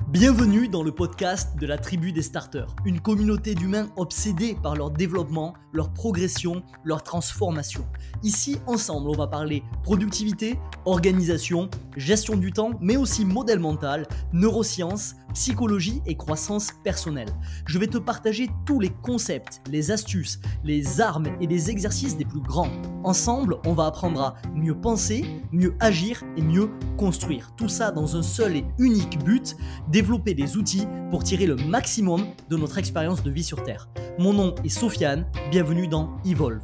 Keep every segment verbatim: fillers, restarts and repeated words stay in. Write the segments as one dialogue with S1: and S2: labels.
S1: Bienvenue dans le podcast de la tribu des starters, une communauté d'humains obsédés par leur développement, leur progression, leur transformation. Ici, ensemble, on va parler productivité, organisation, gestion du temps, mais aussi modèle mental, neurosciences, psychologie et croissance personnelle. Je vais te partager tous les concepts, les astuces, les armes et les exercices des plus grands. Ensemble, on va apprendre à mieux penser, mieux agir et mieux construire. Tout ça dans un seul et unique but, développer des outils pour tirer le maximum de notre expérience de vie sur Terre. Mon nom est Sofiane, bienvenue dans Evolve.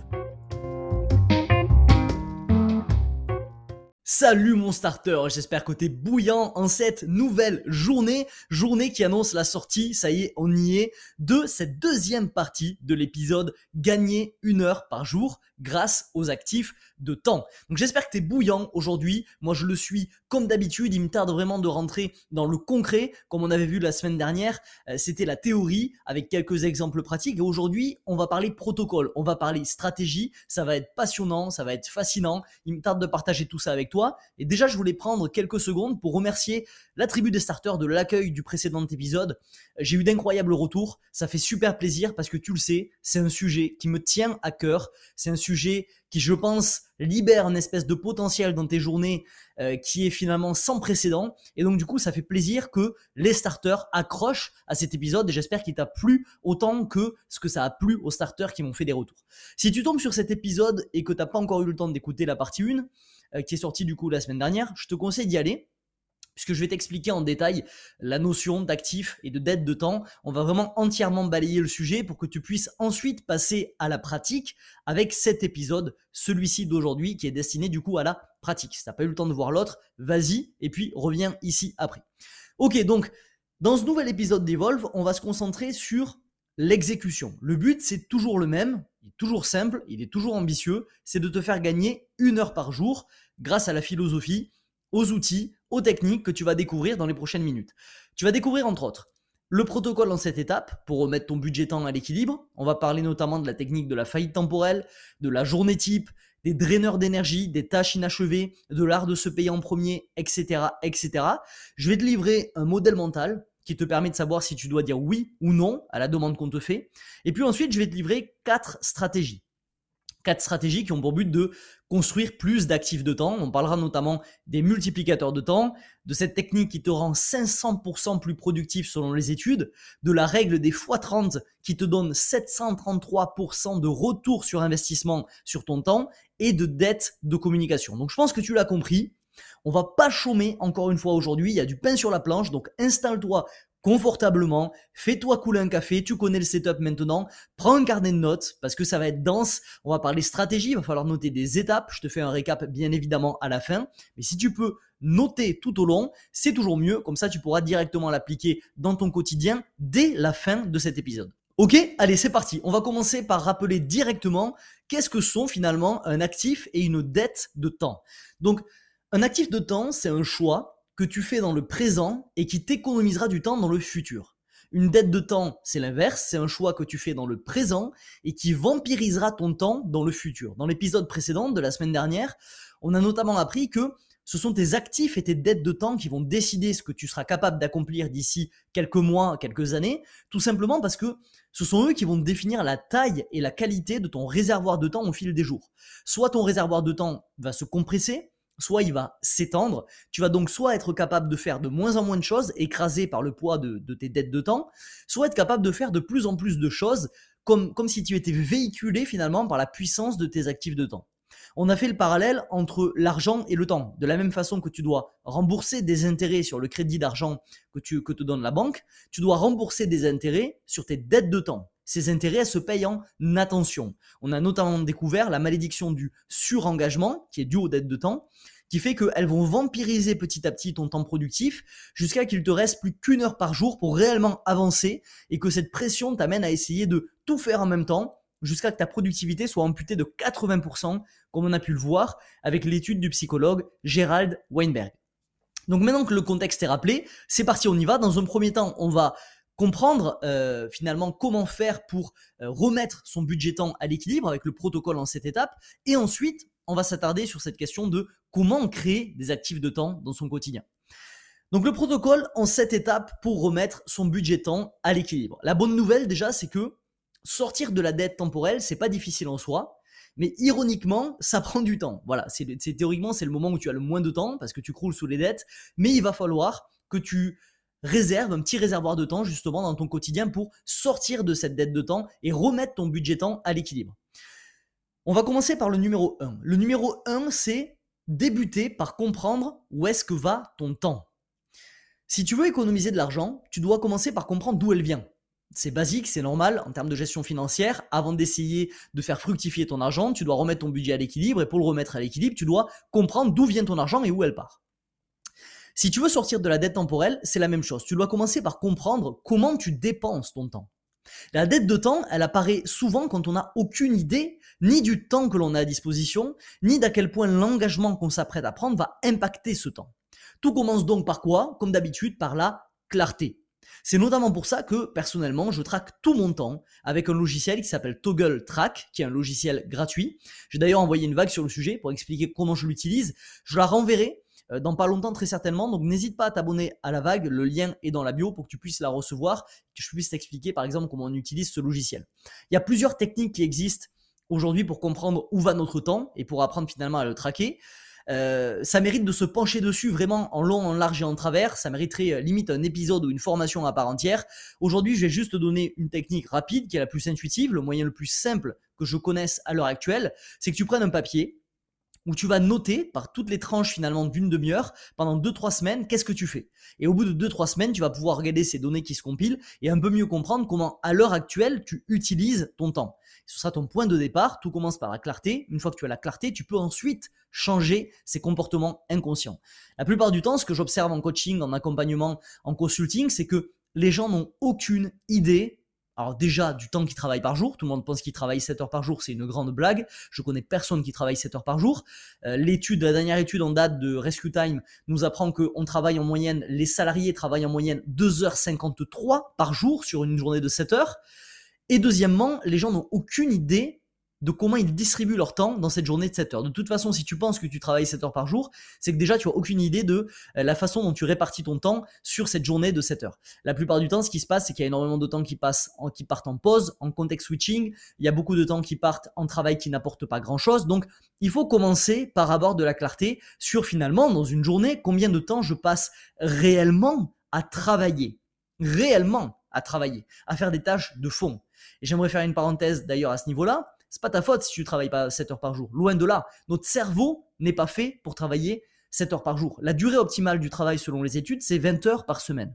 S1: Salut mon starter, j'espère que t'es bouillant en cette nouvelle journée, journée qui annonce la sortie, ça y est, on y est, de cette deuxième partie de l'épisode Gagner une heure par jour grâce aux actifs de temps. Donc j'espère que t'es bouillant aujourd'hui, moi je le suis comme d'habitude, il me tarde vraiment de rentrer dans le concret, comme on avait vu la semaine dernière, euh, c'était la théorie avec quelques exemples pratiques et aujourd'hui on va parler protocole, on va parler stratégie, ça va être passionnant, ça va être fascinant, il me tarde de partager tout ça avec toi. Et déjà, je voulais prendre quelques secondes pour remercier la tribu des starters de l'accueil du précédent épisode. J'ai eu d'incroyables retours, ça fait super plaisir parce que tu le sais, c'est un sujet qui me tient à cœur, c'est un sujet qui, je pense, libère une espèce de potentiel dans tes journées euh, qui est finalement sans précédent. Et donc du coup, ça fait plaisir que les starters accrochent à cet épisode et j'espère qu'il t'a plu autant que ce que ça a plu aux starters qui m'ont fait des retours. Si tu tombes sur cet épisode et que tu n'as pas encore eu le temps d'écouter la partie un, euh, qui est sortie du coup la semaine dernière, je te conseille d'y aller. Puisque je vais t'expliquer en détail la notion d'actif et de dette de temps. On va vraiment entièrement balayer le sujet pour que tu puisses ensuite passer à la pratique avec cet épisode, celui-ci d'aujourd'hui, qui est destiné du coup à la pratique. Si tu n'as pas eu le temps de voir l'autre, vas-y et puis reviens ici après. Ok, donc dans ce nouvel épisode d'Evolve, on va se concentrer sur l'exécution. Le but, c'est toujours le même, il est toujours simple, il est toujours ambitieux, c'est de te faire gagner une heure par jour grâce à la philosophie, aux outils, aux techniques que tu vas découvrir dans les prochaines minutes. Tu vas découvrir entre autres le protocole en cette étape pour remettre ton budget temps à l'équilibre. On va parler notamment de la technique de la faillite temporelle, de la journée type, des draineurs d'énergie, des tâches inachevées, de l'art de se payer en premier, et cetera, et cetera. Je vais te livrer un modèle mental qui te permet de savoir si tu dois dire oui ou non à la demande qu'on te fait. Et puis ensuite, je vais te livrer quatre stratégies. Quatre stratégies qui ont pour but de construire plus d'actifs de temps. On parlera notamment des multiplicateurs de temps, de cette technique qui te rend cinq cents pour cent plus productif selon les études, de la règle des fois trente qui te donne sept cent trente-trois pour cent de retour sur investissement sur ton temps et de dette de communication. Donc je pense que tu l'as compris. On va pas chômer encore une fois aujourd'hui. Il y a du pain sur la planche. Donc installe-toi confortablement, fais-toi couler un café, tu connais le setup maintenant, prends un carnet de notes parce que ça va être dense, on va parler stratégie, il va falloir noter des étapes, je te fais un récap bien évidemment à la fin, mais si tu peux noter tout au long, c'est toujours mieux, comme ça tu pourras directement l'appliquer dans ton quotidien dès la fin de cet épisode. Ok, allez c'est parti, on va commencer par rappeler directement qu'est-ce que sont finalement un actif et une dette de temps. Donc un actif de temps, c'est un choix que tu fais dans le présent et qui t'économisera du temps dans le futur. Une dette de temps, c'est l'inverse, c'est un choix que tu fais dans le présent et qui vampirisera ton temps dans le futur. Dans l'épisode précédent de la semaine dernière, on a notamment appris que ce sont tes actifs et tes dettes de temps qui vont décider ce que tu seras capable d'accomplir d'ici quelques mois, quelques années, tout simplement parce que ce sont eux qui vont définir la taille et la qualité de ton réservoir de temps au fil des jours. Soit ton réservoir de temps va se compresser, soit il va s'étendre, tu vas donc soit être capable de faire de moins en moins de choses, écrasé par le poids de, de tes dettes de temps, soit être capable de faire de plus en plus de choses, comme, comme si tu étais véhiculé finalement par la puissance de tes actifs de temps. On a fait le parallèle entre l'argent et le temps. De la même façon que tu dois rembourser des intérêts sur le crédit d'argent que, tu, que te donne la banque, tu dois rembourser des intérêts sur tes dettes de temps. Ces intérêts elles se payent en attention. On a notamment découvert la malédiction du surengagement, qui est due aux dettes de temps, qui fait qu'elles vont vampiriser petit à petit ton temps productif jusqu'à qu'il te reste plus qu'une heure par jour pour réellement avancer et que cette pression t'amène à essayer de tout faire en même temps jusqu'à que ta productivité soit amputée de quatre-vingts pour cent, comme on a pu le voir avec l'étude du psychologue Gerald Weinberg. Donc maintenant que le contexte est rappelé, c'est parti, on y va. Dans un premier temps, on va comprendre euh, finalement comment faire pour euh, remettre son budget temps à l'équilibre avec le protocole en cette étape. Et ensuite, on va s'attarder sur cette question de comment créer des actifs de temps dans son quotidien. Donc le protocole en sept étapes pour remettre son budget temps à l'équilibre. La bonne nouvelle déjà, c'est que sortir de la dette temporelle, c'est pas difficile en soi, mais ironiquement, ça prend du temps. Voilà, c'est, c'est théoriquement c'est le moment où tu as le moins de temps parce que tu croules sous les dettes, mais il va falloir que tu réserves un petit réservoir de temps justement dans ton quotidien pour sortir de cette dette de temps et remettre ton budget temps à l'équilibre. On va commencer par le numéro un. Le numéro un, c'est débuter par comprendre où est-ce que va ton temps. Si tu veux économiser de l'argent, tu dois commencer par comprendre d'où elle vient. C'est basique, c'est normal en termes de gestion financière. Avant d'essayer de faire fructifier ton argent, tu dois remettre ton budget à l'équilibre et pour le remettre à l'équilibre, tu dois comprendre d'où vient ton argent et où elle part. Si tu veux sortir de la dette temporelle, c'est la même chose. Tu dois commencer par comprendre comment tu dépenses ton temps. La dette de temps, elle apparaît souvent quand on n'a aucune idée ni du temps que l'on a à disposition, ni d'à quel point l'engagement qu'on s'apprête à prendre va impacter ce temps. Tout commence donc par quoi? Comme d'habitude, par la clarté. C'est notamment pour ça que, personnellement, je traque tout mon temps avec un logiciel qui s'appelle Toggle Track, qui est un logiciel gratuit. J'ai d'ailleurs envoyé une vague sur le sujet pour expliquer comment je l'utilise. Je la renverrai dans pas longtemps très certainement, donc n'hésite pas à t'abonner à la vague, le lien est dans la bio pour que tu puisses la recevoir, que je puisse t'expliquer par exemple comment on utilise ce logiciel. Il y a plusieurs techniques qui existent aujourd'hui pour comprendre où va notre temps et pour apprendre finalement à le traquer. Euh, ça mérite de se pencher dessus vraiment en long, en large et en travers. Ça mériterait euh, limite un épisode ou une formation à part entière. Aujourd'hui, je vais juste te donner une technique rapide qui est la plus intuitive, le moyen le plus simple que je connaisse à l'heure actuelle. C'est que tu prennes un papier où tu vas noter par toutes les tranches finalement d'une demi-heure pendant deux trois semaines qu'est-ce que tu fais. Et au bout de deux trois semaines, tu vas pouvoir regarder ces données qui se compilent et un peu mieux comprendre comment à l'heure actuelle tu utilises ton temps. Ce sera ton point de départ, tout commence par la clarté. Une fois que tu as la clarté, tu peux ensuite changer ces comportements inconscients. La plupart du temps, ce que j'observe en coaching, en accompagnement, en consulting, c'est que les gens n'ont aucune idée. Alors déjà, du temps qu'ils travaillent par jour, tout le monde pense qu'ils travaillent sept heures par jour, c'est une grande blague. Je connais personne qui travaille sept heures par jour. Euh, l'étude, la dernière étude en date de Rescue Time nous apprend qu'on travaille en moyenne, les salariés travaillent en moyenne deux heures cinquante-trois par jour sur une journée de sept heures. Et deuxièmement, les gens n'ont aucune idée de comment ils distribuent leur temps dans cette journée de sept heures. De toute façon, si tu penses que tu travailles sept heures par jour, c'est que déjà tu n'as aucune idée de la façon dont tu répartis ton temps sur cette journée de sept heures. La plupart du temps, ce qui se passe, c'est qu'il y a énormément de temps qui, passe en, qui partent en pause, en context switching. Il y a beaucoup de temps qui partent en travail qui n'apporte pas grand-chose. Donc, il faut commencer par avoir de la clarté sur finalement, dans une journée, combien de temps je passe réellement à travailler. Réellement à travailler, à faire des tâches de fond. Et j'aimerais faire une parenthèse d'ailleurs à ce niveau-là. C'est pas ta faute si tu ne travailles pas sept heures par jour. Loin de là. Notre cerveau n'est pas fait pour travailler sept heures par jour. La durée optimale du travail selon les études, c'est vingt heures par semaine.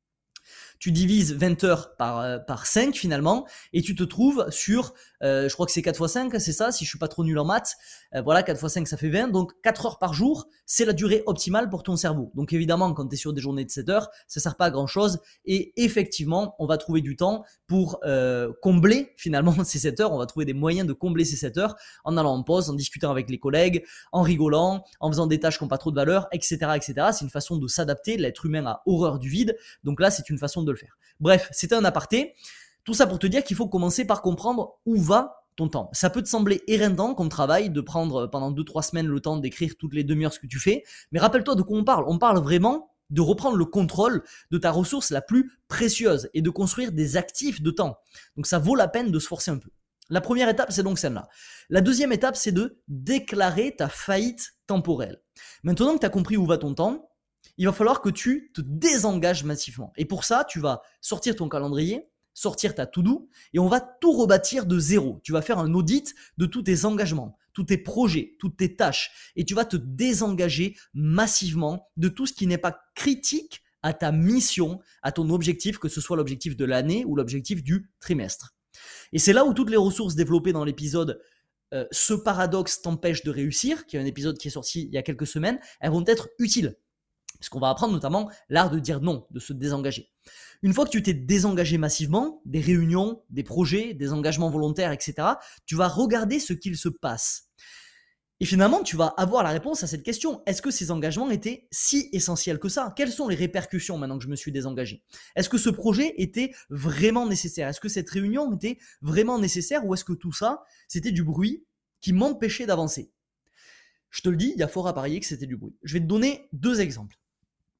S1: Tu divises vingt heures par, euh, par cinq finalement et tu te trouves sur, euh, je crois que c'est quatre fois cinq, c'est ça, si je suis pas trop nul en maths. Euh, voilà, quatre fois cinq ça fait vingt, donc quatre heures par jour, c'est la durée optimale pour ton cerveau. Donc évidemment, quand tu es sur des journées de sept heures, ça sert pas à grand chose et effectivement, on va trouver du temps pour euh, combler finalement ces sept heures, on va trouver des moyens de combler ces sept heures en allant en pause, en discutant avec les collègues, en rigolant, en faisant des tâches qui n'ont pas trop de valeur, et cetera, et cetera. C'est une façon de s'adapter, l'être humain a horreur du vide, donc là c'est une façon de le faire. Bref, c'était un aparté. Tout ça pour te dire qu'il faut commencer par comprendre où va ton temps. Ça peut te sembler éreintant comme travail de prendre pendant deux trois semaines le temps d'écrire toutes les demi-heures ce que tu fais, mais rappelle-toi de quoi on parle. On parle vraiment de reprendre le contrôle de ta ressource la plus précieuse et de construire des actifs de temps. Donc ça vaut la peine de se forcer un peu. La première étape, c'est donc celle-là. La deuxième étape, c'est de déclarer ta faillite temporelle. Maintenant que tu as compris où va ton temps, il va falloir que tu te désengages massivement. Et pour ça, tu vas sortir ton calendrier, sortir ta to-do et on va tout rebâtir de zéro. Tu vas faire un audit de tous tes engagements, tous tes projets, toutes tes tâches et tu vas te désengager massivement de tout ce qui n'est pas critique à ta mission, à ton objectif, que ce soit l'objectif de l'année ou l'objectif du trimestre. Et c'est là où toutes les ressources développées dans l'épisode euh, Ce paradoxe t'empêche de réussir, qui est un épisode qui est sorti il y a quelques semaines, elles vont être utiles. Parce qu'on va apprendre notamment l'art de dire non, de se désengager. Une fois que tu t'es désengagé massivement, des réunions, des projets, des engagements volontaires, et cetera, tu vas regarder ce qu'il se passe. Et finalement, tu vas avoir la réponse à cette question. Est-ce que ces engagements étaient si essentiels que ça? Quelles sont les répercussions maintenant que je me suis désengagé? Est-ce que ce projet était vraiment nécessaire? Est-ce que cette réunion était vraiment nécessaire? Ou est-ce que tout ça, c'était du bruit qui m'empêchait d'avancer? Je te le dis, il y a fort à parier que c'était du bruit. Je vais te donner deux exemples.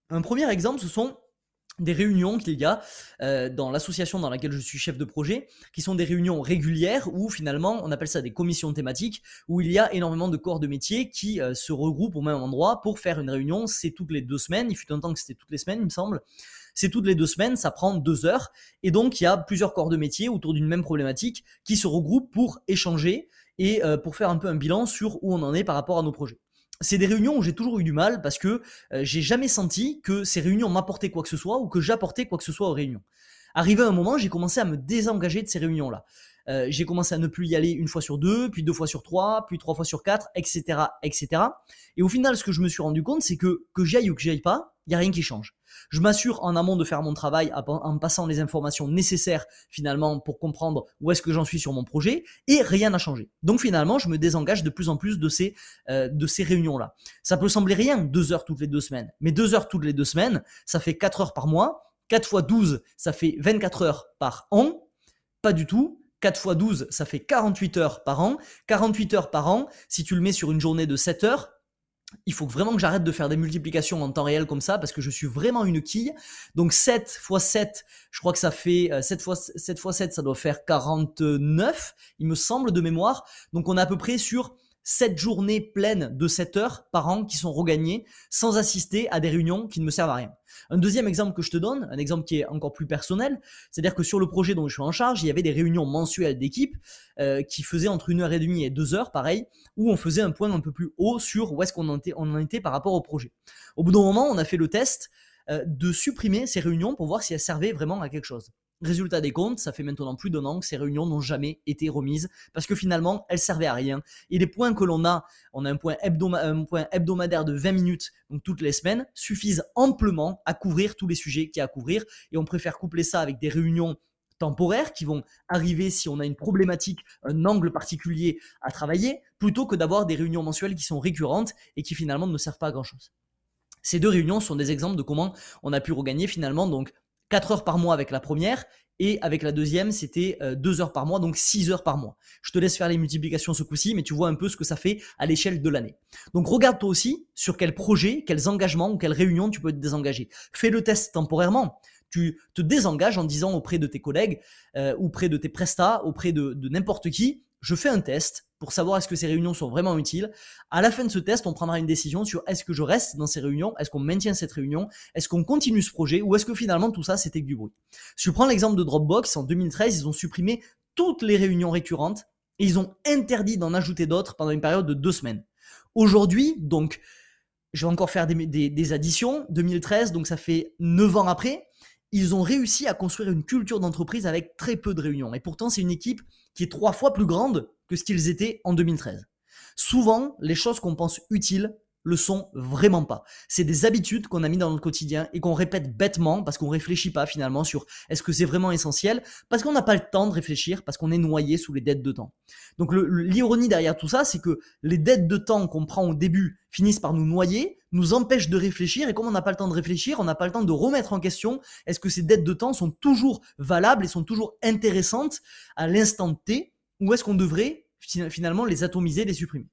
S1: Un premier exemple, ce sont des réunions qu'il y a euh, dans l'association dans laquelle je suis chef de projet, qui sont des réunions régulières où finalement on appelle ça des commissions thématiques, où il y a énormément de corps de métier qui euh, se regroupent au même endroit pour faire une réunion. C'est toutes les deux semaines, il fut un temps que c'était toutes les semaines il me semble. C'est toutes les deux semaines, ça prend deux heures, et donc il y a plusieurs corps de métier autour d'une même problématique qui se regroupent pour échanger et euh, pour faire un peu un bilan sur où on en est par rapport à nos projets. C'est des réunions où j'ai toujours eu du mal parce que euh, j'ai jamais senti que ces réunions m'apportaient quoi que ce soit ou que j'apportais quoi que ce soit aux réunions. Arrivé à un moment, j'ai commencé à me désengager de ces réunions-là. Euh, j'ai commencé à ne plus y aller une fois sur deux, puis deux fois sur trois, puis trois fois sur quatre, et cetera, et cetera. Et au final, ce que je me suis rendu compte, c'est que que j'y aille ou que j'y aille pas, il n'y a rien qui change. Je m'assure en amont de faire mon travail en passant les informations nécessaires finalement pour comprendre où est-ce que j'en suis sur mon projet, et rien n'a changé. Donc finalement, je me désengage de plus en plus de ces, euh, de ces réunions-là. Ça peut sembler rien, deux heures toutes les deux semaines, mais deux heures toutes les deux semaines, ça fait quatre heures par mois. quatre fois douze, ça fait vingt-quatre heures par an. Pas du tout. quatre fois douze, ça fait quarante-huit heures par an. quarante-huit heures par an, si tu le mets sur une journée de sept heures, il faut vraiment que j'arrête de faire des multiplications en temps réel comme ça parce que je suis vraiment une quille. Donc sept fois sept, je crois que ça fait euh, sept fois sept fois sept, ça doit faire quarante-neuf, il me semble de mémoire. Donc on est à peu près sur sept journées pleines de sept heures par an qui sont regagnées sans assister à des réunions qui ne me servent à rien. Un deuxième exemple que je te donne, un exemple qui est encore plus personnel, c'est-à-dire que sur le projet dont je suis en charge, il y avait des réunions mensuelles d'équipe euh, qui faisaient entre une heure et demie et deux heures, pareil, où on faisait un point un peu plus haut sur où est-ce qu'on en était, on en était par rapport au projet. Au bout d'un moment, on a fait le test euh, de supprimer ces réunions pour voir si elles servaient vraiment à quelque chose. Résultat des comptes, ça fait maintenant plus d'un an que ces réunions n'ont jamais été remises parce que finalement, elles servaient à rien. Et les points que l'on a, on a un point, hebdoma- un point hebdomadaire de vingt minutes, donc toutes les semaines, suffisent amplement à couvrir tous les sujets qu'il y a à couvrir. Et on préfère coupler ça avec des réunions temporaires qui vont arriver si on a une problématique, un angle particulier à travailler, plutôt que d'avoir des réunions mensuelles qui sont récurrentes et qui finalement ne servent pas à grand-chose. Ces deux réunions sont des exemples de comment on a pu regagner finalement donc quatre heures par mois avec la première, et avec la deuxième, c'était euh, deux heures par mois, donc six heures par mois. Je te laisse faire les multiplications ce coup-ci, mais tu vois un peu ce que ça fait à l'échelle de l'année. Donc regarde toi aussi sur quel projet, quels engagements ou quelles réunions tu peux te désengager. Fais le test temporairement. Tu te désengages en disant auprès de tes collègues, euh, auprès de tes prestats, auprès de, de n'importe qui, je fais un test pour savoir est-ce que ces réunions sont vraiment utiles. À la fin de ce test, on prendra une décision sur est-ce que je reste dans ces réunions, est-ce qu'on maintient cette réunion, est-ce qu'on continue ce projet ou est-ce que finalement tout ça c'était que du bruit. Si je prends l'exemple de Dropbox, en deux mille treize, ils ont supprimé toutes les réunions récurrentes et ils ont interdit d'en ajouter d'autres pendant une période de deux semaines. Aujourd'hui, donc, je vais encore faire des, des, des additions, deux mille treize, donc ça fait neuf ans après, ils ont réussi à construire une culture d'entreprise avec très peu de réunions. Et pourtant, c'est une équipe qui est trois fois plus grande que ce qu'ils étaient en deux mille treize. Souvent, les choses qu'on pense utiles le sont vraiment pas. C'est des habitudes qu'on a mis dans notre quotidien et qu'on répète bêtement parce qu'on réfléchit pas finalement sur est-ce que c'est vraiment essentiel, parce qu'on n'a pas le temps de réfléchir, parce qu'on est noyé sous les dettes de temps. Donc le, l'ironie derrière tout ça, c'est que les dettes de temps qu'on prend au début finissent par nous noyer, nous empêchent de réfléchir, et comme on n'a pas le temps de réfléchir, on n'a pas le temps de remettre en question est-ce que ces dettes de temps sont toujours valables et sont toujours intéressantes à l'instant T, ou est-ce qu'on devrait finalement les atomiser, les supprimer.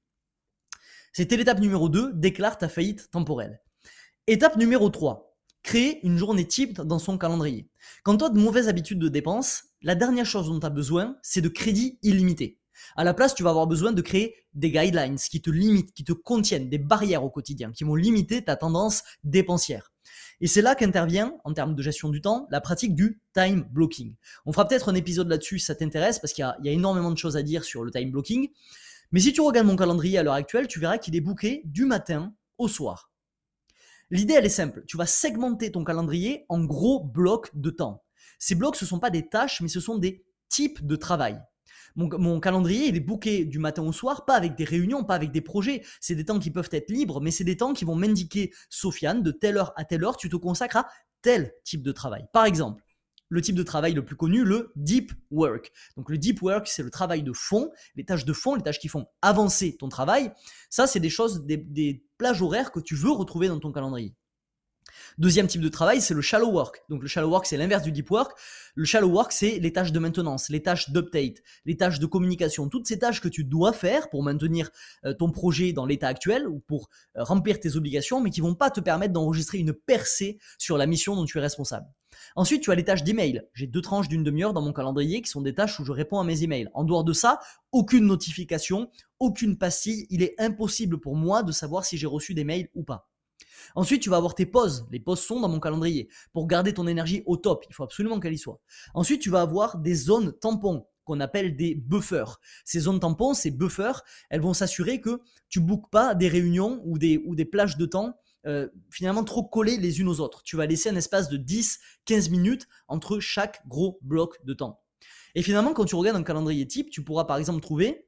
S1: C'était l'étape numéro deux, déclare ta faillite temporelle. Étape numéro trois, créer une journée type dans son calendrier. Quand tu as de mauvaises habitudes de dépenses, la dernière chose dont tu as besoin, c'est de crédit illimité. À la place, tu vas avoir besoin de créer des guidelines qui te limitent, qui te contiennent, des barrières au quotidien, qui vont limiter ta tendance dépensière. Et c'est là qu'intervient, en termes de gestion du temps, la pratique du time blocking. On fera peut-être un épisode là-dessus si ça t'intéresse, parce qu'il y a, il y a énormément de choses à dire sur le time blocking. Mais si tu regardes mon calendrier à l'heure actuelle, tu verras qu'il est booké du matin au soir. L'idée, elle est simple. Tu vas segmenter ton calendrier en gros blocs de temps. Ces blocs, ce ne sont pas des tâches, mais ce sont des types de travail. Mon, mon calendrier, il est booké du matin au soir, pas avec des réunions, pas avec des projets. C'est des temps qui peuvent être libres, mais c'est des temps qui vont m'indiquer, Sofiane, de telle heure à telle heure, tu te consacres à tel type de travail. Par exemple, le type de travail le plus connu, le deep work. Donc le deep work, c'est le travail de fond, les tâches de fond, les tâches qui font avancer ton travail. Ça, c'est des choses, des, des plages horaires que tu veux retrouver dans ton calendrier. Deuxième type de travail, c'est le shallow work. Donc le shallow work, c'est l'inverse du deep work. Le shallow work, c'est les tâches de maintenance, les tâches d'update, les tâches de communication, toutes ces tâches que tu dois faire pour maintenir euh, ton projet dans l'état actuel ou pour euh, remplir tes obligations, mais qui vont pas te permettre d'enregistrer une percée sur la mission dont tu es responsable. Ensuite, tu as les tâches d'email. J'ai deux tranches d'une demi-heure dans mon calendrier qui sont des tâches où je réponds à mes emails. En dehors de ça, aucune notification, aucune pastille. Il est impossible pour moi de savoir si j'ai reçu des mails ou pas. Ensuite, tu vas avoir tes pauses. Les pauses sont dans mon calendrier. Pour garder ton énergie au top, il faut absolument qu'elle y soit. Ensuite, tu vas avoir des zones tampons qu'on appelle des buffers. Ces zones tampons, ces buffers, elles vont s'assurer que tu ne bookes pas des réunions ou des, ou des plages de temps euh, finalement trop collées les unes aux autres. Tu vas laisser un espace de dix à quinze minutes entre chaque gros bloc de temps. Et finalement, quand tu regardes un calendrier type, tu pourras par exemple trouver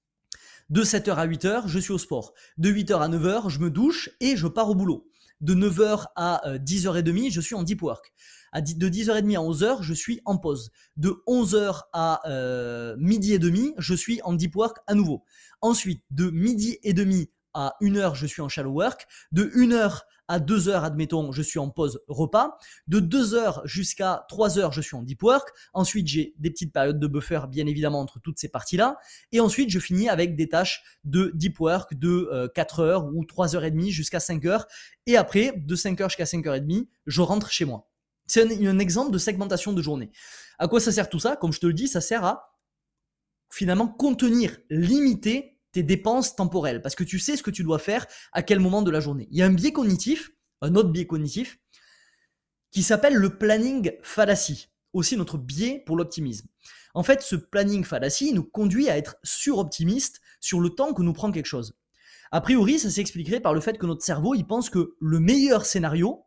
S1: de sept heures à huit heures, je suis au sport. De huit heures à neuf heures, je me douche et je pars au boulot. De neuf heures à dix heures trente, je suis en deep work. De dix heures trente à onze heures, je suis en pause. De onze heures à euh, midi et demi, je suis en deep work à nouveau. Ensuite, de midi et demi à une heure, je suis en shallow work. De une heure à deux heures, admettons, je suis en pause repas. De deux heures jusqu'à trois heures, je suis en deep work. Ensuite, j'ai des petites périodes de buffer, bien évidemment, entre toutes ces parties-là. Et ensuite, je finis avec des tâches de deep work de euh, quatre heures ou trois heures trente jusqu'à cinq heures. Et après, de cinq heures jusqu'à cinq heures trente, je rentre chez moi. C'est un, un exemple de segmentation de journée. À quoi ça sert tout ça? Comme je te le dis, ça sert à finalement contenir, limiter tes dépenses temporelles, parce que tu sais ce que tu dois faire à quel moment de la journée. Il y a un biais cognitif, un autre biais cognitif, qui s'appelle le planning fallacy, aussi notre biais pour l'optimisme. En fait, ce planning fallacy nous conduit à être suroptimiste sur le temps que nous prend quelque chose. A priori, ça s'expliquerait par le fait que notre cerveau, il pense que le meilleur scénario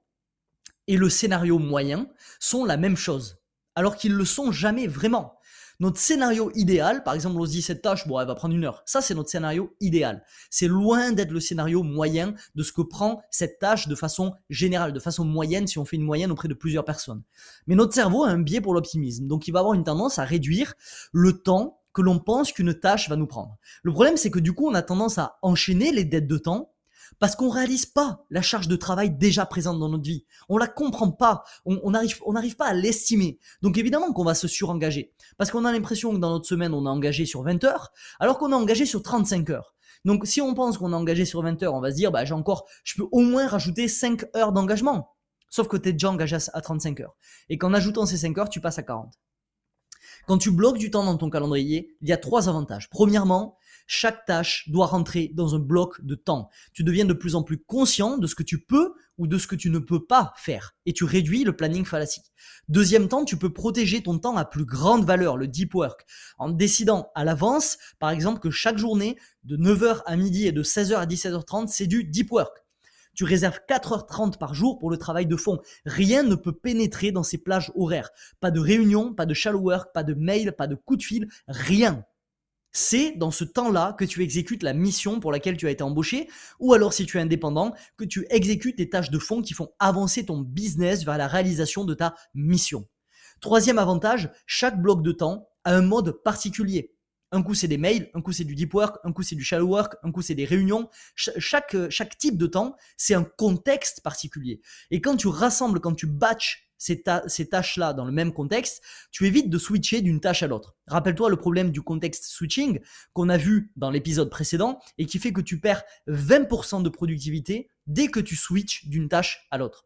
S1: et le scénario moyen sont la même chose, alors qu'ils ne le sont jamais vraiment. Notre scénario idéal, par exemple, on se dit cette tâche, bon, elle va prendre une heure. Ça, c'est notre scénario idéal. C'est loin d'être le scénario moyen de ce que prend cette tâche de façon générale, de façon moyenne, si on fait une moyenne auprès de plusieurs personnes. Mais notre cerveau a un biais pour l'optimisme. Donc, il va avoir une tendance à réduire le temps que l'on pense qu'une tâche va nous prendre. Le problème, c'est que du coup, on a tendance à enchaîner les dettes de temps parce qu'on réalise pas la charge de travail déjà présente dans notre vie. On la comprend pas. On n'arrive on n'arrive pas à l'estimer. Donc évidemment qu'on va se surengager. Parce qu'on a l'impression que dans notre semaine, on est engagé sur vingt heures, alors qu'on est engagé sur trente-cinq heures. Donc si on pense qu'on est engagé sur vingt heures, on va se dire, bah, j'ai encore, je peux au moins rajouter cinq heures d'engagement. Sauf que tu es déjà engagé à trente-cinq heures. Et qu'en ajoutant ces cinq heures, tu passes à quarante. Quand tu bloques du temps dans ton calendrier, il y a trois avantages. Premièrement, chaque tâche doit rentrer dans un bloc de temps. Tu deviens de plus en plus conscient de ce que tu peux ou de ce que tu ne peux pas faire et tu réduis le planning fallacy. Deuxième temps, tu peux protéger ton temps à plus grande valeur, le deep work, en décidant à l'avance, par exemple, que chaque journée de neuf heures à midi et de seize heures à dix-sept heures trente, c'est du deep work. Tu réserves quatre heures trente par jour pour le travail de fond. Rien ne peut pénétrer dans ces plages horaires. Pas de réunion, pas de shallow work, pas de mail, pas de coup de fil, rien. C'est dans ce temps-là que tu exécutes la mission pour laquelle tu as été embauché, ou alors si tu es indépendant, que tu exécutes les tâches de fond qui font avancer ton business vers la réalisation de ta mission. Troisième avantage, chaque bloc de temps a un mode particulier. Un coup c'est des mails, un coup c'est du deep work, un coup c'est du shallow work, un coup c'est des réunions. Ch- chaque, chaque type de temps, c'est un contexte particulier. Et quand tu rassembles, quand tu batches ces, ta- ces tâches-là dans le même contexte, tu évites de switcher d'une tâche à l'autre. Rappelle-toi le problème du contexte switching qu'on a vu dans l'épisode précédent et qui fait que tu perds vingt pour cent de productivité dès que tu switches d'une tâche à l'autre.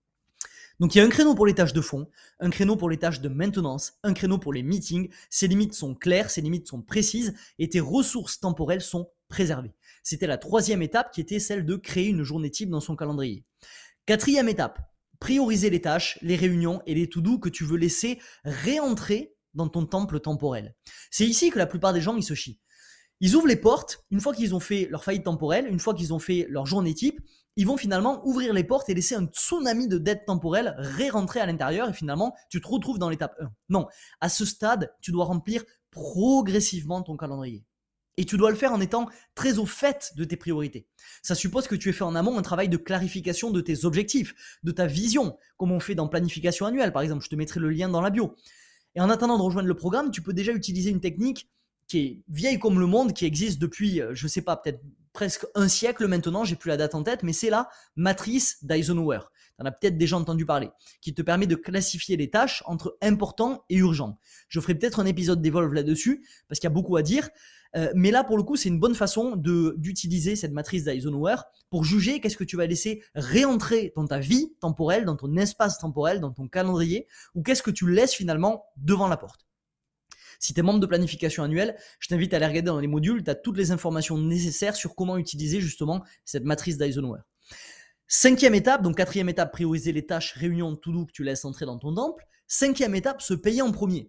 S1: Donc il y a un créneau pour les tâches de fond, un créneau pour les tâches de maintenance, un créneau pour les meetings. Ces limites sont claires, ces limites sont précises et tes ressources temporelles sont préservées. C'était la troisième étape qui était celle de créer une journée type dans son calendrier. Quatrième étape, prioriser les tâches, les réunions et les to-do que tu veux laisser réentrer dans ton temple temporel. C'est ici que la plupart des gens ils se chient. Ils ouvrent les portes, une fois qu'ils ont fait leur faillite temporelle, une fois qu'ils ont fait leur journée type, ils vont finalement ouvrir les portes et laisser un tsunami de dettes temporelles ré-rentrer à l'intérieur et finalement, tu te retrouves dans l'étape un. Non, à ce stade, tu dois remplir progressivement ton calendrier. Et tu dois le faire en étant très au fait de tes priorités. Ça suppose que tu aies fait en amont un travail de clarification de tes objectifs, de ta vision, comme on fait dans planification annuelle, par exemple. Je te mettrai le lien dans la bio. Et en attendant de rejoindre le programme, tu peux déjà utiliser une technique qui est vieille comme le monde, qui existe depuis, je sais pas, peut-être presque un siècle maintenant, j'ai plus la date en tête, mais c'est la matrice d'Eisenhower. Tu en as peut-être déjà entendu parler, qui te permet de classifier les tâches entre important et urgent. Je ferai peut-être un épisode d'Evolve là-dessus, parce qu'il y a beaucoup à dire. Euh, mais là, pour le coup, c'est une bonne façon de, d'utiliser cette matrice d'Eisenhower pour juger qu'est-ce que tu vas laisser réentrer dans ta vie temporelle, dans ton espace temporel, dans ton calendrier, ou qu'est-ce que tu laisses finalement devant la porte. Si tu es membre de planification annuelle, je t'invite à aller regarder dans les modules, tu as toutes les informations nécessaires sur comment utiliser justement cette matrice d'Eisenhower. Cinquième étape, donc quatrième étape, prioriser les tâches, réunions, to-do que tu laisses entrer dans ton temple. Cinquième étape, se payer en premier.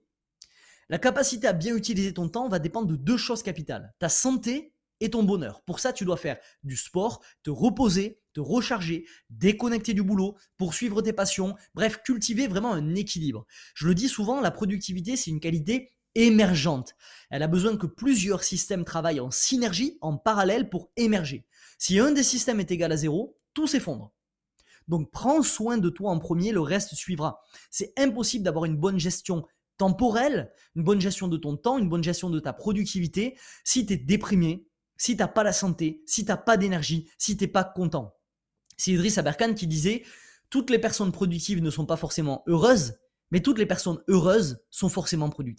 S1: La capacité à bien utiliser ton temps va dépendre de deux choses capitales, ta santé et ton bonheur. Pour ça, tu dois faire du sport, te reposer, te recharger, déconnecter du boulot, poursuivre tes passions, bref, cultiver vraiment un équilibre. Je le dis souvent, la productivité, c'est une qualité émergente. Elle a besoin que plusieurs systèmes travaillent en synergie, en parallèle pour émerger. Si un des systèmes est égal à zéro, tout s'effondre. Donc prends soin de toi en premier, le reste suivra. C'est impossible d'avoir une bonne gestion temporelle, une bonne gestion de ton temps, une bonne gestion de ta productivité si tu es déprimé, si tu n'as pas la santé, si tu n'as pas d'énergie, si tu n'es pas content. C'est Idriss Aberkan qui disait « Toutes les personnes productives ne sont pas forcément heureuses, mais toutes les personnes heureuses sont forcément productives. »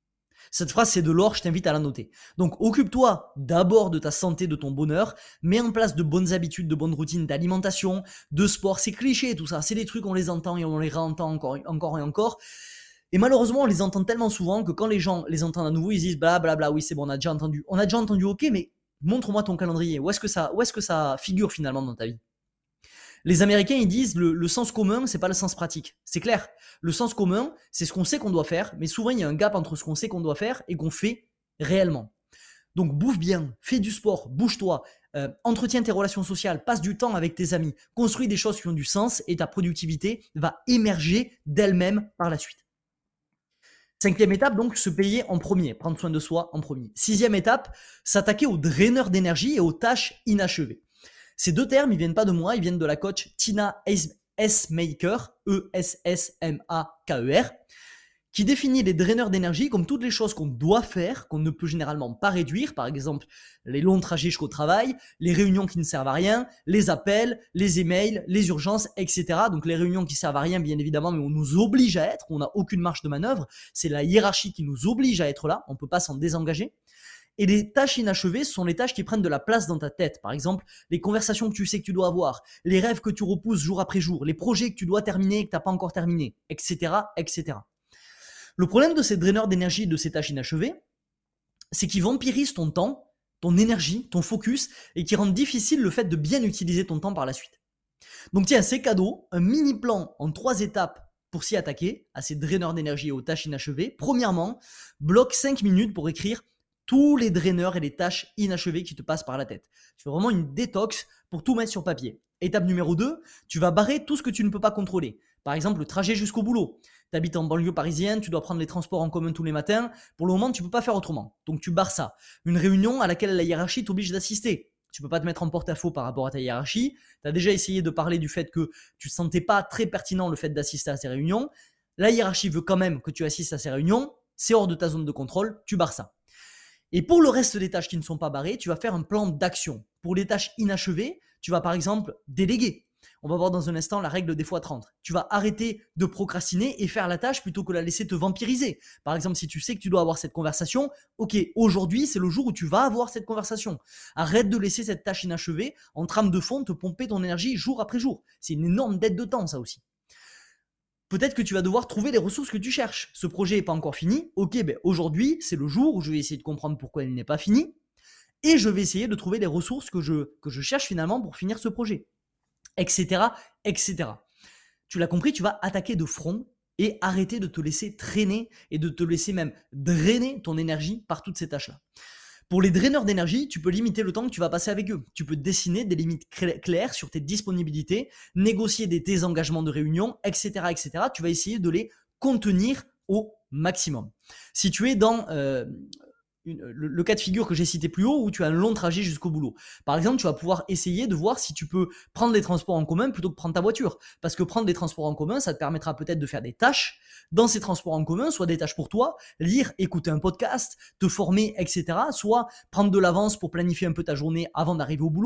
S1: Cette phrase, c'est de l'or, je t'invite à la noter. Donc, occupe-toi d'abord de ta santé, de ton bonheur, mets en place de bonnes habitudes, de bonnes routines d'alimentation, de sport. C'est cliché tout ça, c'est des trucs, on les entend et on les réentend encore, encore et encore. Et malheureusement, on les entend tellement souvent que quand les gens les entendent à nouveau, ils disent blablabla, bla, bla, oui c'est bon, on a déjà entendu. On a déjà entendu, ok, mais montre-moi ton calendrier. Où est-ce que ça, où est-ce que ça figure finalement dans ta vie? Les Américains, ils disent le, le sens commun, c'est pas le sens pratique. C'est clair. Le sens commun, c'est ce qu'on sait qu'on doit faire, mais souvent, il y a un gap entre ce qu'on sait qu'on doit faire et qu'on fait réellement. Donc, bouffe bien, fais du sport, bouge-toi, euh, entretiens tes relations sociales, passe du temps avec tes amis, construis des choses qui ont du sens et ta productivité va émerger d'elle-même par la suite. Cinquième étape, donc, se payer en premier, prendre soin de soi en premier. Sixième étape, s'attaquer aux draineurs d'énergie et aux tâches inachevées. Ces deux termes, ils viennent pas de moi, ils viennent de la coach Tina Essmaker, E S S M A K E R, qui définit les draineurs d'énergie comme toutes les choses qu'on doit faire, qu'on ne peut généralement pas réduire, par exemple les longs trajets jusqu'au travail, les réunions qui ne servent à rien, les appels, les emails, les urgences, et cetera. Donc les réunions qui servent à rien, bien évidemment, mais on nous oblige à être, on n'a aucune marge de manœuvre, c'est la hiérarchie qui nous oblige à être là, on ne peut pas s'en désengager. Et les tâches inachevées sont les tâches qui prennent de la place dans ta tête. Par exemple, les conversations que tu sais que tu dois avoir, les rêves que tu repousses jour après jour, les projets que tu dois terminer et que tu n'as pas encore terminé, et cetera, et cetera. Le problème de ces draineurs d'énergie et de ces tâches inachevées, c'est qu'ils vampirisent ton temps, ton énergie, ton focus et qui rendent difficile le fait de bien utiliser ton temps par la suite. Donc tiens, c'est cadeau, un mini plan en trois étapes pour s'y attaquer à ces draineurs d'énergie et aux tâches inachevées. Premièrement, bloque cinq minutes pour écrire tous les draineurs et les tâches inachevées qui te passent par la tête. Tu fais vraiment une détox pour tout mettre sur papier. Étape numéro deux, tu vas barrer tout ce que tu ne peux pas contrôler. Par exemple, le trajet jusqu'au boulot. Tu habites en banlieue parisienne, tu dois prendre les transports en commun tous les matins. Pour le moment, tu ne peux pas faire autrement. Donc, tu barres ça. Une réunion à laquelle la hiérarchie t'oblige d'assister. Tu ne peux pas te mettre en porte-à-faux par rapport à ta hiérarchie. Tu as déjà essayé de parler du fait que tu ne sentais pas très pertinent le fait d'assister à ces réunions. La hiérarchie veut quand même que tu assistes à ces réunions. C'est hors de ta zone de contrôle. Tu barres ça. Et pour le reste des tâches qui ne sont pas barrées, tu vas faire un plan d'action. Pour les tâches inachevées, tu vas par exemple déléguer. On va voir dans un instant la règle des fois trente. Tu vas arrêter de procrastiner et faire la tâche plutôt que la laisser te vampiriser. Par exemple, si tu sais que tu dois avoir cette conversation, ok, aujourd'hui c'est le jour où tu vas avoir cette conversation. Arrête de laisser cette tâche inachevée en trame de fond te pomper ton énergie jour après jour. C'est une énorme dette de temps ça aussi. Peut-être que tu vas devoir trouver les ressources que tu cherches. Ce projet n'est pas encore fini. Ok, ben aujourd'hui, c'est le jour où je vais essayer de comprendre pourquoi il n'est pas fini. Et je vais essayer de trouver les ressources que je, que je cherche finalement pour finir ce projet. Etc. Etc. Tu l'as compris, tu vas attaquer de front et arrêter de te laisser traîner et de te laisser même drainer ton énergie par toutes ces tâches-là. Pour les draineurs d'énergie, tu peux limiter le temps que tu vas passer avec eux. Tu peux dessiner des limites claires sur tes disponibilités, négocier des désengagements de réunion, et cetera, et cetera. Tu vas essayer de les contenir au maximum. Si tu es dans euh, une, le, le cas de figure que j'ai cité plus haut où tu as un long trajet jusqu'au boulot, par exemple, tu vas pouvoir essayer de voir si tu peux prendre les transports en commun plutôt que prendre ta voiture. Parce que prendre des transports en commun, ça te permettra peut-être de faire des tâches dans ces transports en commun, soit des tâches pour toi, lire, écouter un podcast, te former, et cetera. Soit prendre de l'avance pour planifier un peu ta journée avant d'arriver au boulot.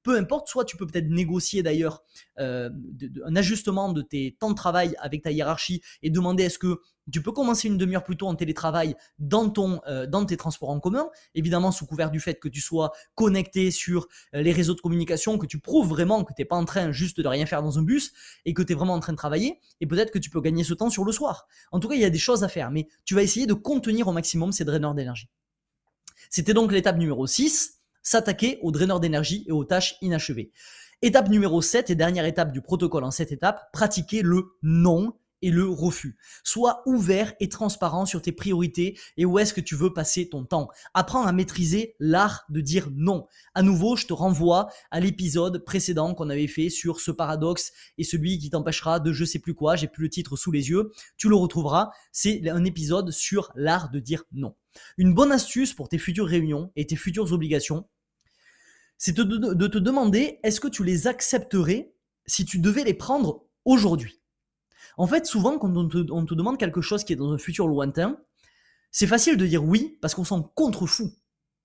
S1: peu importe, soit tu peux peut-être négocier d'ailleurs euh, de, de, un ajustement de tes temps de travail avec ta hiérarchie et demander est-ce que tu peux commencer une demi-heure plus tôt en télétravail dans, ton, euh, dans tes transports en commun, évidemment sous couvert du fait que tu sois connecté sur euh, les réseaux de communication, que tu prouves vraiment que tu n'es pas en train juste de rien faire dans un bus et que tu es vraiment en train de travailler, et peut-être que tu peux gagner ce temps sur le soir. En tout cas, il y a des choses à faire, mais tu vas essayer de contenir au maximum ces draineurs d'énergie. C'était donc l'étape numéro six, s'attaquer aux draineurs d'énergie et aux tâches inachevées. Étape numéro sept et dernière étape du protocole en cette étape, pratiquer le non et le refus. Sois ouvert et transparent sur tes priorités et où est-ce que tu veux passer ton temps. Apprends à maîtriser l'art de dire non. À nouveau, je te renvoie à l'épisode précédent qu'on avait fait sur ce paradoxe et celui qui t'empêchera de je sais plus quoi, j'ai plus le titre sous les yeux, tu le retrouveras. C'est un épisode sur l'art de dire non. Une bonne astuce pour tes futures réunions et tes futures obligations, c'est de, de, de te demander est-ce que tu les accepterais si tu devais les prendre aujourd'hui. En fait, souvent, quand on te, on te demande quelque chose qui est dans un futur lointain, c'est facile de dire oui parce qu'on s'en contrefout. D'accord ?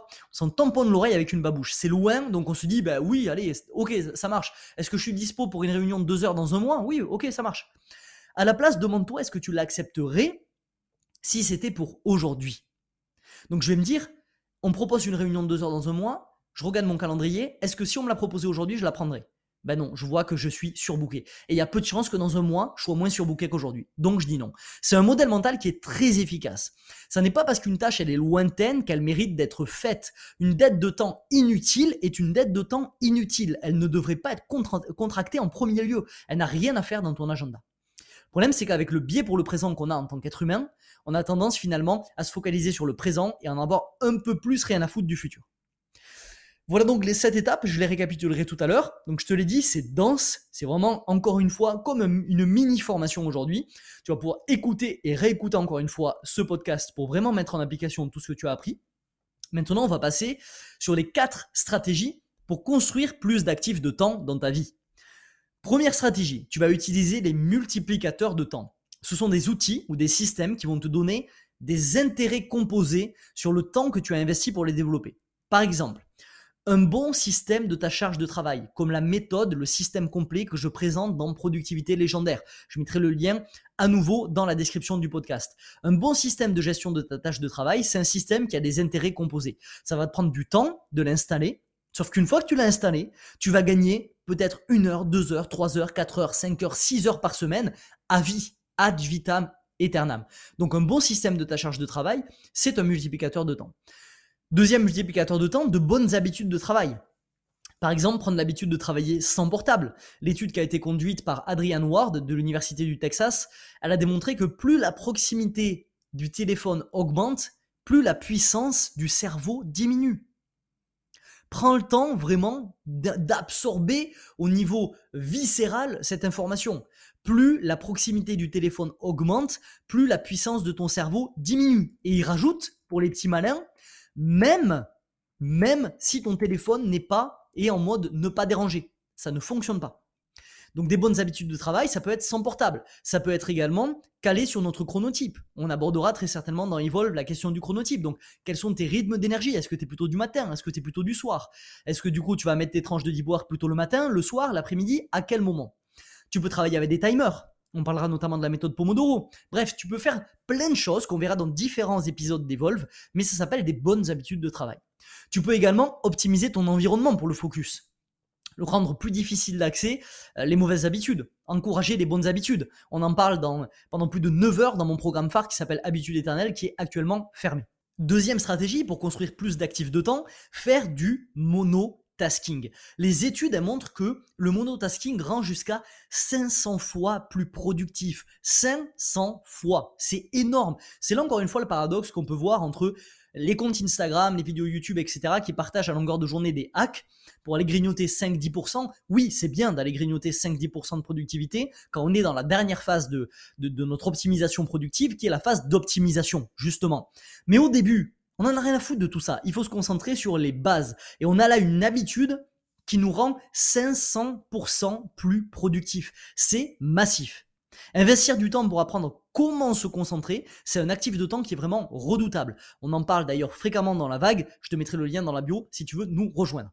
S1: On s'en tamponne l'oreille avec une babouche. C'est loin, donc on se dit, bah oui, allez, ok, ça marche. Est-ce que je suis dispo pour une réunion de deux heures dans un mois ? Oui, ok, ça marche. À la place, demande-toi, est-ce que tu l'accepterais si c'était pour aujourd'hui ? Donc je vais me dire, on me propose une réunion de deux heures dans un mois, je regarde mon calendrier, est-ce que si on me l'a proposé aujourd'hui, je la prendrai ? Ben non, je vois que je suis surbooké. Et il y a peu de chances que dans un mois, je sois moins surbooké qu'aujourd'hui. Donc je dis non. C'est un modèle mental qui est très efficace. Ça n'est pas parce qu'une tâche elle est lointaine qu'elle mérite d'être faite. Une dette de temps inutile est une dette de temps inutile. Elle ne devrait pas être contra- contractée en premier lieu. Elle n'a rien à faire dans ton agenda. Le problème, c'est qu'avec le biais pour le présent qu'on a en tant qu'être humain, on a tendance finalement à se focaliser sur le présent et à en avoir un peu plus rien à foutre du futur. Voilà donc les sept étapes, je les récapitulerai tout à l'heure. Donc je te l'ai dit, c'est dense, c'est vraiment encore une fois comme une mini formation aujourd'hui. Tu vas pouvoir écouter et réécouter encore une fois ce podcast pour vraiment mettre en application tout ce que tu as appris. Maintenant, on va passer sur les quatre stratégies pour construire plus d'actifs de temps dans ta vie. Première stratégie, tu vas utiliser les multiplicateurs de temps. Ce sont des outils ou des systèmes qui vont te donner des intérêts composés sur le temps que tu as investi pour les développer. Par exemple, un bon système de ta charge de travail, comme la méthode, le système complet que je présente dans Productivité légendaire. Je mettrai le lien à nouveau dans la description du podcast. Un bon système de gestion de ta tâche de travail, c'est un système qui a des intérêts composés. Ça va te prendre du temps de l'installer, sauf qu'une fois que tu l'as installé, tu vas gagner peut-être une heure, deux heures, trois heures, quatre heures, cinq heures, six heures par semaine à vie, ad vitam aeternam. Donc un bon système de ta charge de travail, c'est un multiplicateur de temps. Deuxième multiplicateur de temps, de bonnes habitudes de travail. Par exemple, prendre l'habitude de travailler sans portable. L'étude qui a été conduite par Adrian Ward de l'Université du Texas, elle a démontré que plus la proximité du téléphone augmente, plus la puissance du cerveau diminue. Prends le temps vraiment d'absorber au niveau viscéral cette information. Plus la proximité du téléphone augmente, plus la puissance de ton cerveau diminue. Et il rajoute, pour les petits malins, Même, même si ton téléphone n'est pas et en mode ne pas déranger. Ça ne fonctionne pas. Donc des bonnes habitudes de travail, ça peut être sans portable. Ça peut être également calé sur notre chronotype. On abordera très certainement dans Evolve la question du chronotype. Donc quels sont tes rythmes d'énergie ? Est-ce que tu es plutôt du matin ? Est-ce que tu es plutôt du soir ? Est-ce que du coup tu vas mettre tes tranches de deep work plutôt le matin, le soir, l'après-midi ? À quel moment ? Tu peux travailler avec des timers. On parlera notamment de la méthode Pomodoro. Bref, tu peux faire plein de choses qu'on verra dans différents épisodes d'Evolve, mais ça s'appelle des bonnes habitudes de travail. Tu peux également optimiser ton environnement pour le focus, le rendre plus difficile d'accès, euh, les mauvaises habitudes, encourager les bonnes habitudes. On en parle dans, pendant plus de neuf heures dans mon programme phare qui s'appelle Habitude éternelle, qui est actuellement fermé. Deuxième stratégie pour construire plus d'actifs de temps, faire du mono tasking. Les études elles montrent que le monotasking rend jusqu'à cinq cents fois plus productif. cinq cents fois, c'est énorme. C'est là encore une fois le paradoxe qu'on peut voir entre les comptes Instagram, les vidéos YouTube, et cetera qui partagent à longueur de journée des hacks pour aller grignoter cinq à dix pour cent. Oui, c'est bien d'aller grignoter cinq à dix pour cent de productivité quand on est dans la dernière phase de, de, de notre optimisation productive qui est la phase d'optimisation, justement. Mais au début, on n'en a rien à foutre de tout ça. Il faut se concentrer sur les bases. Et on a là une habitude qui nous rend cinq cents pour cent plus productifs. C'est massif. Investir du temps pour apprendre comment se concentrer, c'est un actif de temps qui est vraiment redoutable. On en parle d'ailleurs fréquemment dans la vague. Je te mettrai le lien dans la bio si tu veux nous rejoindre.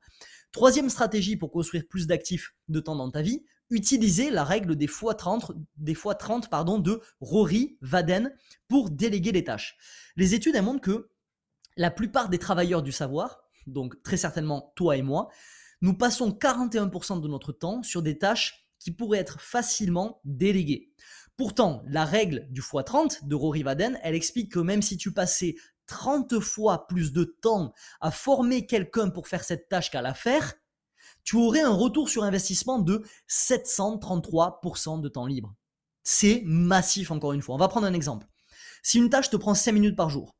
S1: Troisième stratégie pour construire plus d'actifs de temps dans ta vie, utiliser la règle des fois trente, des fois trente pardon, de Rory Vaden pour déléguer les tâches. Les études elles montrent que la plupart des travailleurs du savoir, donc très certainement toi et moi, nous passons quarante et un pour cent de notre temps sur des tâches qui pourraient être facilement déléguées. Pourtant, la règle du fois trente de Rory Vaden, elle explique que même si tu passais trente fois plus de temps à former quelqu'un pour faire cette tâche qu'à la faire, tu aurais un retour sur investissement de sept cent trente-trois pour cent de temps libre. C'est massif encore une fois. On va prendre un exemple. Si une tâche te prend cinq minutes par jour,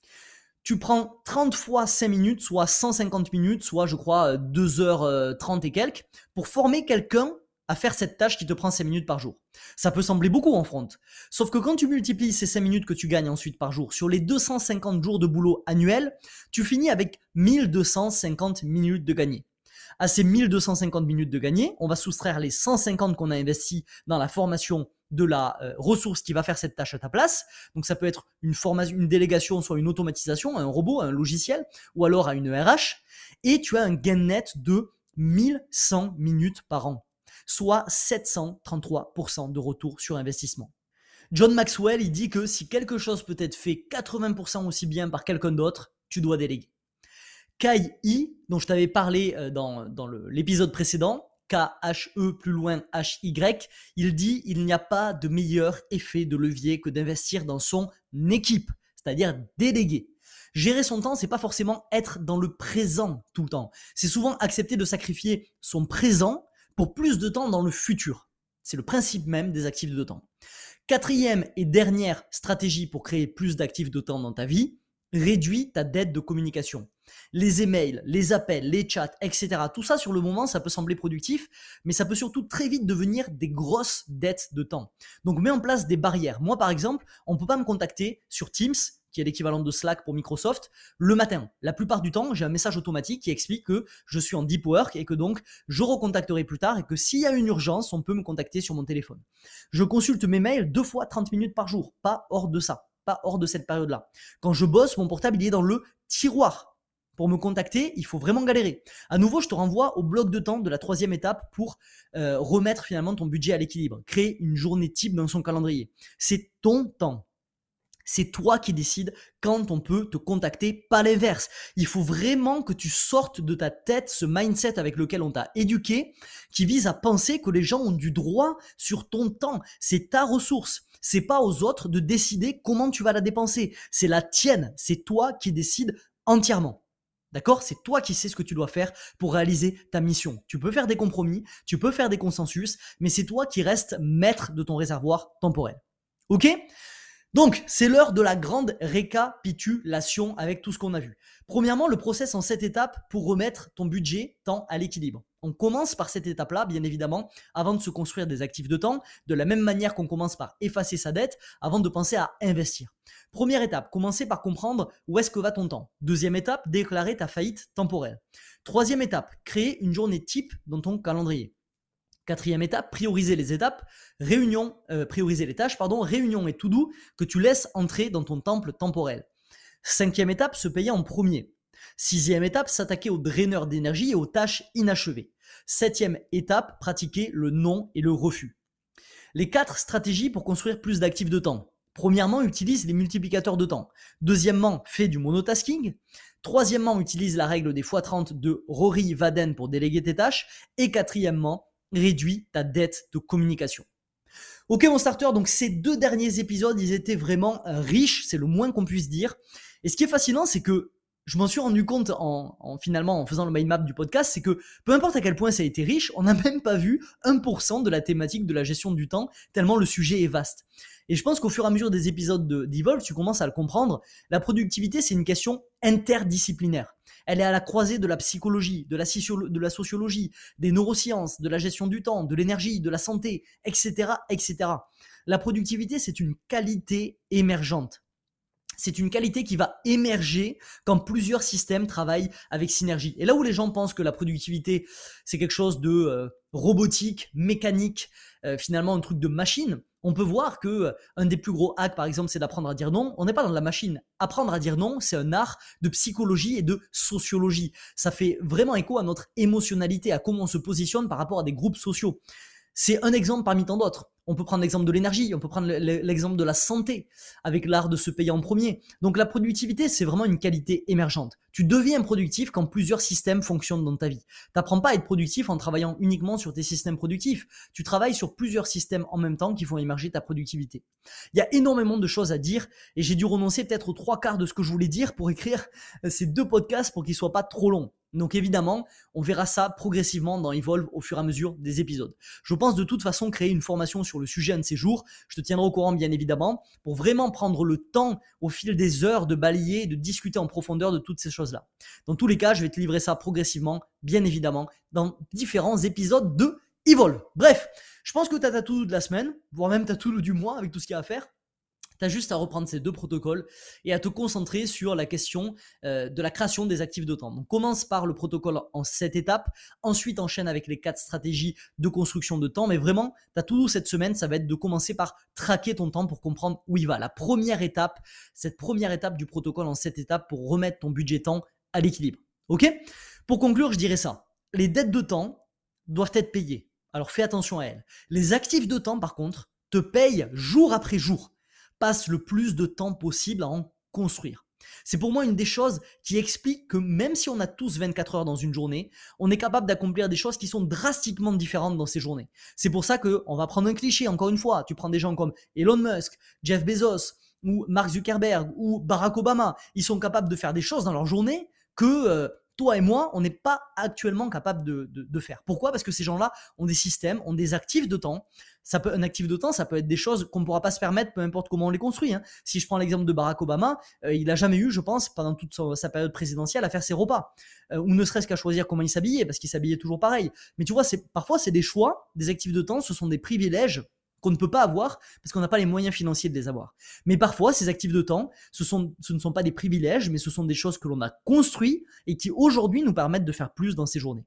S1: tu prends trente fois cinq minutes, soit cent cinquante minutes, soit je crois deux heures trente et quelques, pour former quelqu'un à faire cette tâche qui te prend cinq minutes par jour. Ça peut sembler beaucoup en front. Sauf que quand tu multiplies ces cinq minutes que tu gagnes ensuite par jour sur les deux cent cinquante jours de boulot annuels, tu finis avec mille deux cent cinquante minutes de gagné. À ces mille deux cent cinquante minutes de gagné, on va soustraire les cent cinquante qu'on a investi dans la formation de la euh, ressource qui va faire cette tâche à ta place. Donc ça peut être une formation, une délégation, soit une automatisation, un robot, un logiciel, ou alors à une R H. Et tu as un gain net de mille cent minutes par an, soit sept cent trente-trois pour cent de retour sur investissement. John Maxwell, il dit que si quelque chose peut être fait quatre-vingts pour cent aussi bien par quelqu'un d'autre, tu dois déléguer. Kai He, dont je t'avais parlé dans, dans le, l'épisode précédent, K H E plus loin H Y, il dit « Il n'y a pas de meilleur effet de levier que d'investir dans son équipe, c'est-à-dire déléguer. » Gérer son temps, c'est pas forcément être dans le présent tout le temps. C'est souvent accepter de sacrifier son présent pour plus de temps dans le futur. C'est le principe même des actifs de temps. Quatrième et dernière stratégie pour créer plus d'actifs de temps dans ta vie, réduis ta dette de communication. Les emails, les appels, les chats, et cetera. Tout ça, sur le moment, ça peut sembler productif, mais ça peut surtout très vite devenir des grosses dettes de temps. Donc, mets en place des barrières. Moi, par exemple, on ne peut pas me contacter sur Teams, qui est l'équivalent de Slack pour Microsoft, le matin. La plupart du temps, j'ai un message automatique qui explique que je suis en deep work et que donc, je recontacterai plus tard et que s'il y a une urgence, on peut me contacter sur mon téléphone. Je consulte mes mails deux fois trente minutes par jour, pas hors de ça. Pas hors de cette période-là. Quand je bosse, mon portable il est dans le tiroir. Pour me contacter, il faut vraiment galérer. À nouveau, je te renvoie au bloc de temps de la troisième étape pour euh, remettre finalement ton budget à l'équilibre. Créer une journée type dans son calendrier. C'est ton temps. C'est toi qui décides quand on peut te contacter, pas l'inverse. Il faut vraiment que tu sortes de ta tête ce mindset avec lequel on t'a éduqué, qui vise à penser que les gens ont du droit sur ton temps. C'est ta ressource. C'est pas aux autres de décider comment tu vas la dépenser. C'est la tienne. C'est toi qui décides entièrement. D'accord ? C'est toi qui sais ce que tu dois faire pour réaliser ta mission. Tu peux faire des compromis, tu peux faire des consensus, mais c'est toi qui restes maître de ton réservoir temporel. Ok ? Donc, c'est l'heure de la grande récapitulation avec tout ce qu'on a vu. Premièrement, le process en sept étapes pour remettre ton budget temps à l'équilibre. On commence par cette étape-là, bien évidemment, avant de se construire des actifs de temps, de la même manière qu'on commence par effacer sa dette avant de penser à investir. Première étape, commencer par comprendre où est-ce que va ton temps. Deuxième étape, déclarer ta faillite temporelle. Troisième étape, créer une journée type dans ton calendrier. Quatrième étape, prioriser les étapes, réunion, euh, prioriser les tâches, pardon, réunion et to-do que tu laisses entrer dans ton temple temporel. Cinquième étape, se payer en premier. Sixième étape, s'attaquer aux draineurs d'énergie et aux tâches inachevées. Septième étape, pratiquer le non et le refus. Les quatre stratégies pour construire plus d'actifs de temps. Premièrement, utilise les multiplicateurs de temps. Deuxièmement, fais du monotasking. Troisièmement, utilise la règle des fois trente de Rory Vaden pour déléguer tes tâches. Et quatrièmement, réduis ta dette de communication. Ok mon starter, donc ces deux derniers épisodes, ils étaient vraiment riches, c'est le moins qu'on puisse dire. Et ce qui est fascinant, c'est que je m'en suis rendu compte en, en finalement en faisant le mind map du podcast, c'est que peu importe à quel point ça a été riche, on n'a même pas vu un pour cent de la thématique de la gestion du temps, tellement le sujet est vaste. Et je pense qu'au fur et à mesure des épisodes de, d'Evolve, tu commences à le comprendre, la productivité, c'est une question interdisciplinaire. Elle est à la croisée de la psychologie, de la, sociolo- de la sociologie, des neurosciences, de la gestion du temps, de l'énergie, de la santé, et cetera, et cetera. La productivité, c'est une qualité émergente. c'est une qualité qui va émerger quand plusieurs systèmes travaillent avec synergie. Et là où les gens pensent que la productivité, c'est quelque chose de euh, robotique, mécanique, euh, finalement un truc de machine, on peut voir que euh, un des plus gros hacks, par exemple, c'est d'apprendre à dire non. On n'est pas dans la machine. Apprendre à dire non, c'est un art de psychologie et de sociologie. Ça fait vraiment écho à notre émotionnalité, à comment on se positionne par rapport à des groupes sociaux. C'est un exemple parmi tant d'autres. On peut prendre l'exemple de l'énergie, on peut prendre l'exemple de la santé, avec l'art de se payer en premier. Donc la productivité, c'est vraiment une qualité émergente. Tu deviens productif quand plusieurs systèmes fonctionnent dans ta vie. Tu n'apprends pas à être productif en travaillant uniquement sur tes systèmes productifs. Tu travailles sur plusieurs systèmes en même temps qui font émerger ta productivité. Il y a énormément de choses à dire et j'ai dû renoncer peut-être aux trois quarts de ce que je voulais dire pour écrire ces deux podcasts pour qu'ils ne soient pas trop longs. Donc évidemment, on verra ça progressivement dans Evolve au fur et à mesure des épisodes. Je pense de toute façon créer une formation sur le sujet un de ces jours. Je te tiendrai au courant bien évidemment pour vraiment prendre le temps au fil des heures de balayer et de discuter en profondeur de toutes ces choses-là. Dans tous les cas, je vais te livrer ça progressivement, bien évidemment, dans différents épisodes de Evolve. Bref, je pense que tu as ta to-do de la semaine, voire même ta to-do du mois avec tout ce qu'il y a à faire. Tu as juste à reprendre ces deux protocoles et à te concentrer sur la question euh, de la création des actifs de temps. Donc commence par le protocole en sept étapes, ensuite enchaîne avec les quatre stratégies de construction de temps. Mais vraiment, ta to-do cette semaine, ça va être de commencer par traquer ton temps pour comprendre où il va. La première étape, cette première étape du protocole en sept étapes pour remettre ton budget temps à l'équilibre. Ok ? Pour conclure, je dirais ça. Les dettes de temps doivent être payées. Alors fais attention à elles. Les actifs de temps, par contre, te payent jour après jour. Passe le plus de temps possible à en construire. C'est pour moi une des choses qui explique que même si on a tous vingt-quatre heures dans une journée, on est capable d'accomplir des choses qui sont drastiquement différentes dans ces journées. C'est pour ça qu'on va prendre un cliché, encore une fois, tu prends des gens comme Elon Musk, Jeff Bezos ou Mark Zuckerberg ou Barack Obama, ils sont capables de faire des choses dans leur journée que euh, toi et moi, on n'est pas actuellement capable de, de, de faire. Pourquoi ? Parce que ces gens-là ont des systèmes, ont des actifs de temps. Ça peut, un actif de temps, ça peut être des choses qu'on ne pourra pas se permettre, peu importe comment on les construit. Hein. Si je prends l'exemple de Barack Obama, euh, il n'a jamais eu, je pense, pendant toute sa, sa période présidentielle, à faire ses repas. Euh, ou ne serait-ce qu'à choisir comment il s'habillait, parce qu'il s'habillait toujours pareil. Mais tu vois, c'est, parfois, c'est des choix, des actifs de temps, ce sont des privilèges qu'on ne peut pas avoir parce qu'on n'a pas les moyens financiers de les avoir. Mais parfois, ces actifs de temps, ce, sont, ce ne sont pas des privilèges, mais ce sont des choses que l'on a construites et qui aujourd'hui nous permettent de faire plus dans ces journées.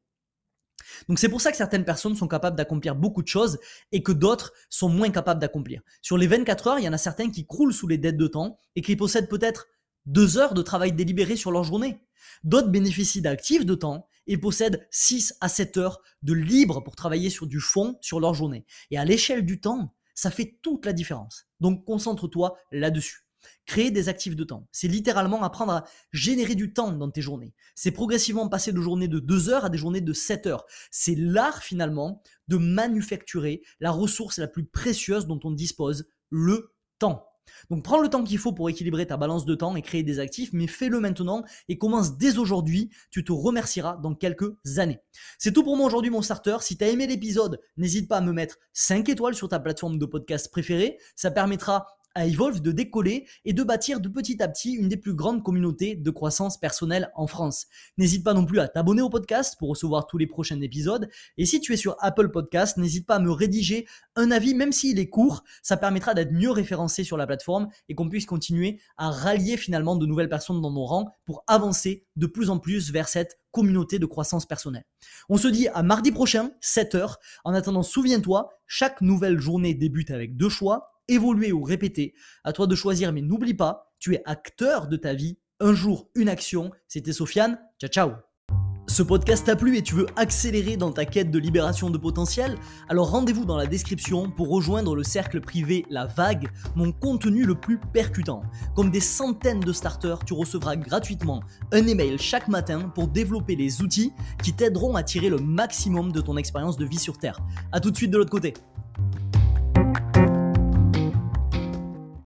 S1: Donc c'est pour ça que certaines personnes sont capables d'accomplir beaucoup de choses et que d'autres sont moins capables d'accomplir. Sur les vingt-quatre heures, il y en a certains qui croulent sous les dettes de temps et qui possèdent peut-être deux heures de travail délibéré sur leur journée. D'autres bénéficient d'actifs de temps et possèdent six à sept heures de libre pour travailler sur du fond sur leur journée. Et à l'échelle du temps, ça fait toute la différence. Donc concentre-toi là-dessus. Créer des actifs de temps, c'est littéralement apprendre à générer du temps dans tes journées. C'est progressivement passer de journées de deux heures à des journées de sept heures. C'est l'art finalement de manufacturer la ressource la plus précieuse dont on dispose, le temps. Donc prends le temps qu'il faut pour équilibrer ta balance de temps et créer des actifs, mais fais-le maintenant et commence dès aujourd'hui, tu te remercieras dans quelques années. C'est tout pour moi aujourd'hui mon starter, si tu as aimé l'épisode, n'hésite pas à me mettre cinq étoiles sur ta plateforme de podcast préférée, ça permettra à Evolve de décoller et de bâtir de petit à petit une des plus grandes communautés de croissance personnelle en France. N'hésite pas non plus à t'abonner au podcast pour recevoir tous les prochains épisodes. Et si tu es sur Apple Podcast, n'hésite pas à me rédiger un avis, même s'il est court. Ça permettra d'être mieux référencé sur la plateforme et qu'on puisse continuer à rallier finalement de nouvelles personnes dans nos rangs pour avancer de plus en plus vers cette communauté de croissance personnelle. On se dit à mardi prochain, sept heures. En attendant, souviens-toi, chaque nouvelle journée débute avec deux choix. Évoluer ou répéter, à toi de choisir, mais n'oublie pas, tu es acteur de ta vie, un jour, une action. C'était Sofiane, ciao ciao. Ce podcast t'a plu et tu veux accélérer dans ta quête de libération de potentiel? Alors rendez-vous dans la description pour rejoindre le cercle privé La Vague, mon contenu le plus percutant. Comme des centaines de starters, tu recevras gratuitement un email chaque matin pour développer les outils qui t'aideront à tirer le maximum de ton expérience de vie sur Terre. A tout de suite de l'autre côté.